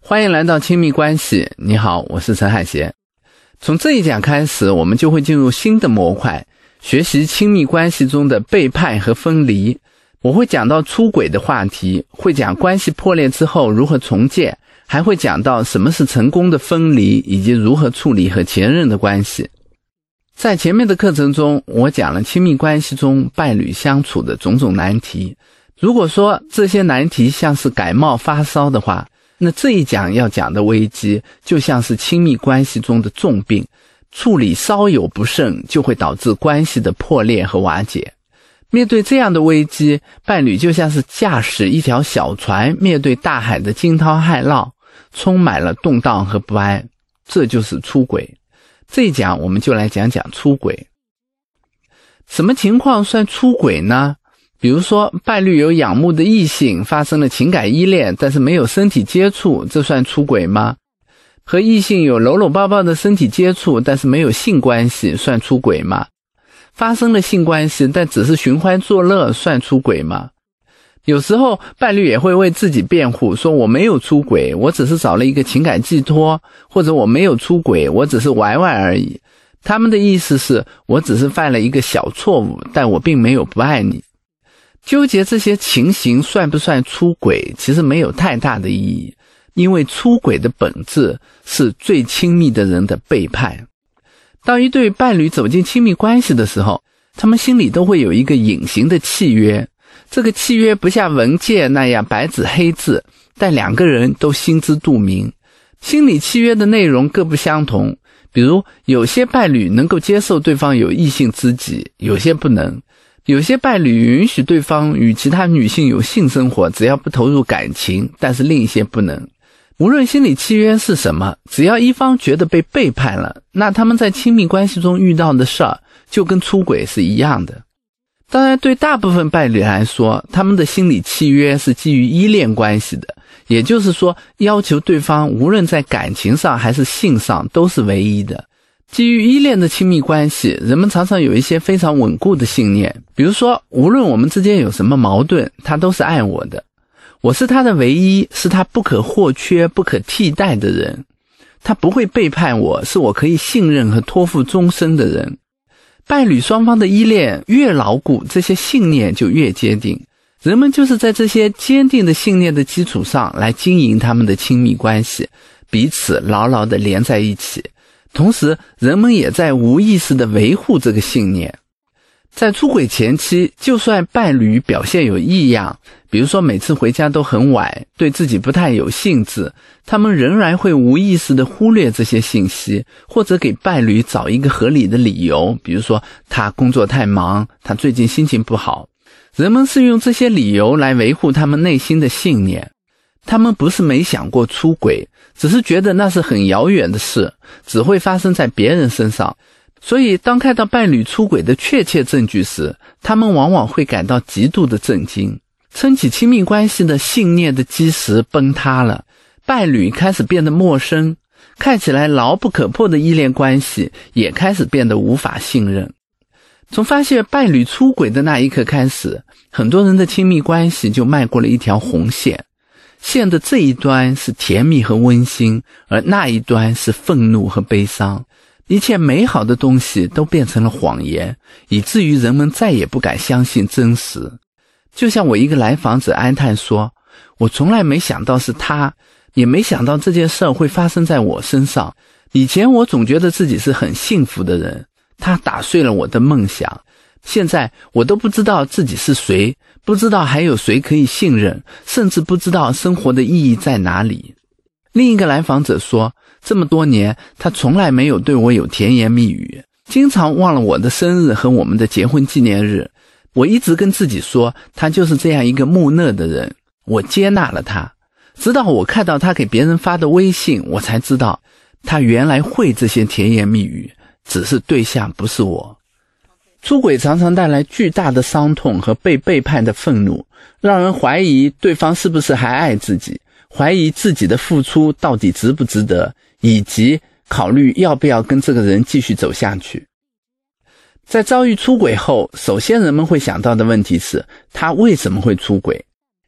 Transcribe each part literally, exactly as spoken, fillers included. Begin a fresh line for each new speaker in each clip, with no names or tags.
欢迎来到亲密关系，你好，我是陈海贤。从这一讲开始，我们就会进入新的模块，学习亲密关系中的背叛和分离。我会讲到出轨的话题，会讲关系破裂之后如何重建，还会讲到什么是成功的分离，以及如何处理和前任的关系。在前面的课程中，我讲了亲密关系中伴侣相处的种种难题。如果说这些难题像是感冒发烧的话，那这一讲要讲的危机就像是亲密关系中的重病，处理稍有不慎就会导致关系的破裂和瓦解。面对这样的危机，伴侣就像是驾驶一条小船面对大海的惊涛骇浪，充满了动荡和不安，这就是出轨。这一讲我们就来讲讲出轨。什么情况算出轨呢？比如说伴侣有仰慕的异性，发生了情感依恋，但是没有身体接触，这算出轨吗？和异性有搂搂抱抱的身体接触，但是没有性关系，算出轨吗？发生了性关系，但只是寻欢作乐，算出轨吗？有时候伴侣也会为自己辩护，说我没有出轨，我只是找了一个情感寄托，或者我没有出轨，我只是玩玩而已。他们的意思是，我只是犯了一个小错误，但我并没有不爱你。纠结这些情形算不算出轨，其实没有太大的意义，因为出轨的本质是最亲密的人的背叛。当一对伴侣走进亲密关系的时候，他们心里都会有一个隐形的契约，这个契约不像文件那样白纸黑字，但两个人都心知肚明。心理契约的内容各不相同，比如有些伴侣能够接受对方有异性知己，有些不能。有些伴侣允许对方与其他女性有性生活，只要不投入感情，但是另一些不能。无论心理契约是什么，只要一方觉得被背叛了，那他们在亲密关系中遇到的事儿就跟出轨是一样的。当然，对大部分伴侣来说，他们的心理契约是基于依恋关系的，也就是说，要求对方无论在感情上还是性上都是唯一的。基于依恋的亲密关系，人们常常有一些非常稳固的信念，比如说，无论我们之间有什么矛盾，他都是爱我的，我是他的唯一，是他不可或缺、不可替代的人，他不会背叛我，是我可以信任和托付终身的人。伴侣双方的依恋越牢固，这些信念就越坚定，人们就是在这些坚定的信念的基础上来经营他们的亲密关系，彼此牢牢地连在一起。同时，人们也在无意识地维护这个信念。在出轨前期，就算伴侣表现有异样，比如说每次回家都很晚，对自己不太有兴致，他们仍然会无意识地忽略这些信息，或者给伴侣找一个合理的理由，比如说他工作太忙，他最近心情不好。人们是用这些理由来维护他们内心的信念。他们不是没想过出轨，只是觉得那是很遥远的事，只会发生在别人身上。所以当看到伴侣出轨的确切证据时，他们往往会感到极度的震惊。撑起亲密关系的信念的基石崩塌了，伴侣开始变得陌生，看起来牢不可破的依恋关系也开始变得无法信任。从发现伴侣出轨的那一刻开始，很多人的亲密关系就迈过了一条红线。线的这一端是甜蜜和温馨，而那一端是愤怒和悲伤。一切美好的东西都变成了谎言，以至于人们再也不敢相信真实。就像我一个来访者哀叹说，我从来没想到是他，也没想到这件事会发生在我身上。以前我总觉得自己是很幸福的人，他打碎了我的梦想。现在我都不知道自己是谁，不知道还有谁可以信任，甚至不知道生活的意义在哪里。另一个来访者说，这么多年他从来没有对我有甜言蜜语，经常忘了我的生日和我们的结婚纪念日。我一直跟自己说，他就是这样一个木讷的人，我接纳了他。直到我看到他给别人发的微信，我才知道他原来会这些甜言蜜语，只是对象不是我。出轨常常带来巨大的伤痛和被背叛的愤怒，让人怀疑对方是不是还爱自己，怀疑自己的付出到底值不值得，以及考虑要不要跟这个人继续走下去。在遭遇出轨后，首先人们会想到的问题是，他为什么会出轨？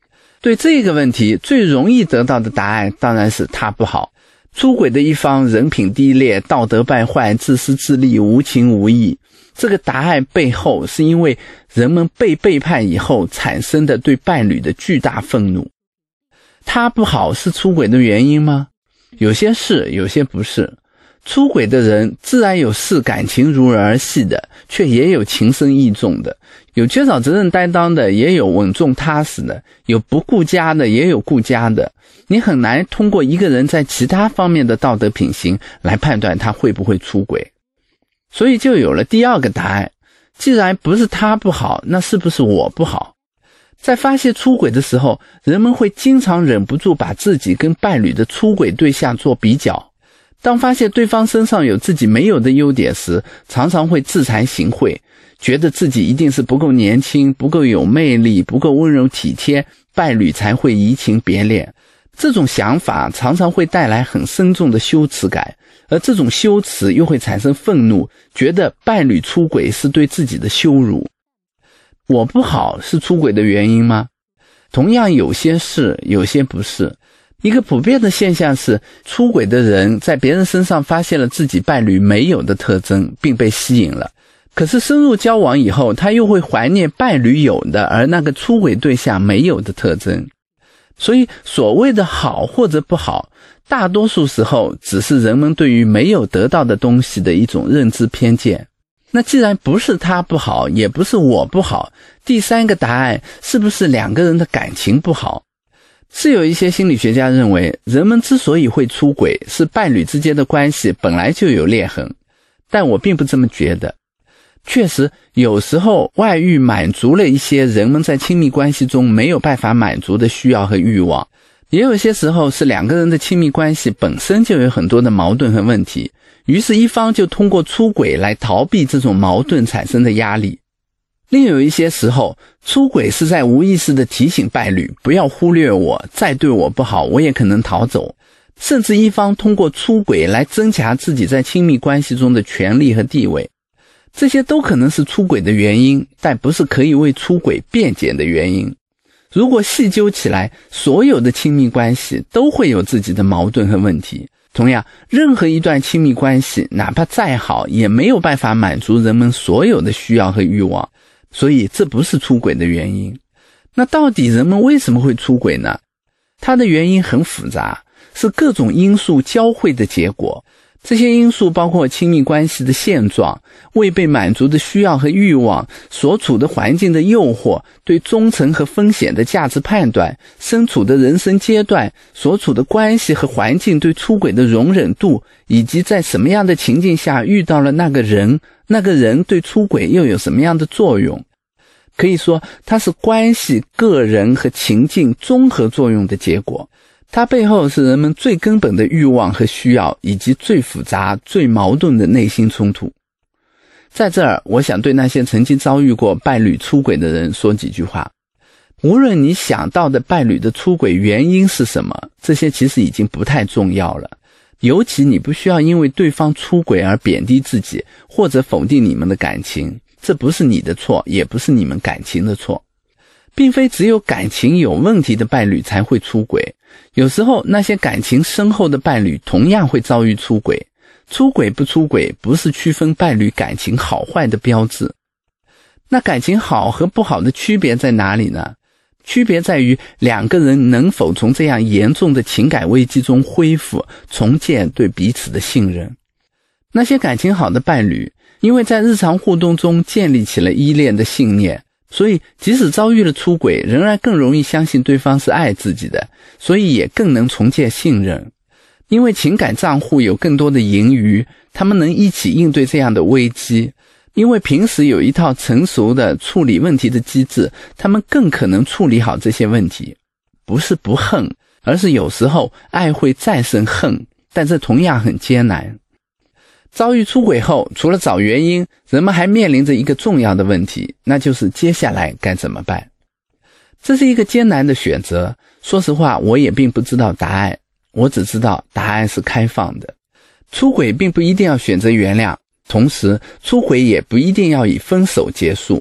对这个问题最容易得到的答案当然是他不好。出轨的一方人品低劣，道德败坏，自私自利，无情无义。这个答案背后是因为人们被背叛以后产生的对伴侣的巨大愤怒。他不好是出轨的原因吗？有些是，有些不是。出轨的人自然有视感情如儿戏的，却也有情深意重的，有缺少责任担当的，也有稳重踏实的，有不顾家的，也有顾家的。你很难通过一个人在其他方面的道德品行来判断他会不会出轨。所以就有了第二个答案，既然不是他不好，那是不是我不好？在发泄出轨的时候，人们会经常忍不住把自己跟伴侣的出轨对象做比较。当发现对方身上有自己没有的优点时，常常会自惭形秽，觉得自己一定是不够年轻，不够有魅力，不够温柔体贴，伴侣才会移情别恋。这种想法常常会带来很深重的羞耻感，而这种羞耻又会产生愤怒，觉得伴侣出轨是对自己的羞辱。我不好是出轨的原因吗？同样有些是，有些不是。一个普遍的现象是，出轨的人在别人身上发现了自己伴侣没有的特征，并被吸引了。可是深入交往以后，他又会怀念伴侣有的，而那个出轨对象没有的特征。所以所谓的好或者不好，大多数时候只是人们对于没有得到的东西的一种认知偏见。那既然不是他不好，也不是我不好，第三个答案是不是两个人的感情不好？是有一些心理学家认为，人们之所以会出轨，是伴侣之间的关系本来就有裂痕，但我并不这么觉得。确实，有时候外遇满足了一些人们在亲密关系中没有办法满足的需要和欲望，也有些时候是两个人的亲密关系本身就有很多的矛盾和问题，于是一方就通过出轨来逃避这种矛盾产生的压力。另有一些时候，出轨是在无意识地提醒伴侣不要忽略我，再对我不好我也可能逃走，甚至一方通过出轨来增强自己在亲密关系中的权利和地位。这些都可能是出轨的原因，但不是可以为出轨辩解的原因。如果细究起来，所有的亲密关系都会有自己的矛盾和问题。同样，任何一段亲密关系哪怕再好，也没有办法满足人们所有的需要和欲望。所以这不是出轨的原因。那到底人们为什么会出轨呢？它的原因很复杂，是各种因素交汇的结果。这些因素包括亲密关系的现状、未被满足的需要和欲望、所处的环境的诱惑、对忠诚和风险的价值判断、身处的人生阶段、所处的关系和环境对出轨的容忍度，以及在什么样的情境下遇到了那个人，那个人对出轨又有什么样的作用。可以说，它是关系、个人和情境综合作用的结果。它背后是人们最根本的欲望和需要，以及最复杂、最矛盾的内心冲突。在这儿，我想对那些曾经遭遇过伴侣出轨的人说几句话。无论你想到的伴侣的出轨原因是什么，这些其实已经不太重要了。尤其你不需要因为对方出轨而贬低自己，或者否定你们的感情。这不是你的错，也不是你们感情的错。并非只有感情有问题的伴侣才会出轨，有时候那些感情深厚的伴侣同样会遭遇出轨。出轨不出轨不是区分伴侣感情好坏的标志。那感情好和不好的区别在哪里呢？区别在于两个人能否从这样严重的情感危机中恢复，重建对彼此的信任。那些感情好的伴侣，因为在日常互动中建立起了依恋的信念，所以即使遭遇了出轨，仍然更容易相信对方是爱自己的，所以也更能重建信任。因为情感账户有更多的盈余，他们能一起应对这样的危机。因为平时有一套成熟的处理问题的机制，他们更可能处理好这些问题。不是不恨，而是有时候爱会战胜恨，但这同样很艰难。遭遇出轨后，除了找原因，人们还面临着一个重要的问题，那就是接下来该怎么办。这是一个艰难的选择，说实话，我也并不知道答案，我只知道答案是开放的。出轨并不一定要选择原谅，同时出轨也不一定要以分手结束，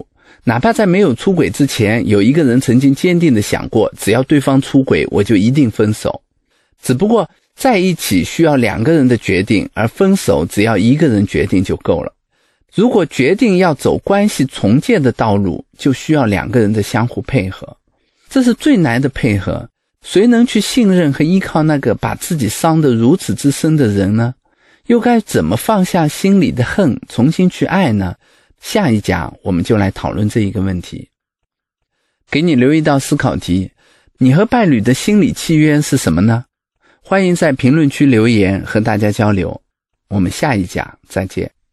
哪怕在没有出轨之前，有一个人曾经坚定地想过，只要对方出轨，我就一定分手。只不过在一起需要两个人的决定，而分手只要一个人决定就够了。如果决定要走关系重建的道路，就需要两个人的相互配合。这是最难的配合，谁能去信任和依靠那个把自己伤得如此之深的人呢？又该怎么放下心里的恨，重新去爱呢？下一讲我们就来讨论这一个问题。给你留一道思考题，你和伴侣的心理契约是什么呢？欢迎在评论区留言和大家交流。我们下一讲再见。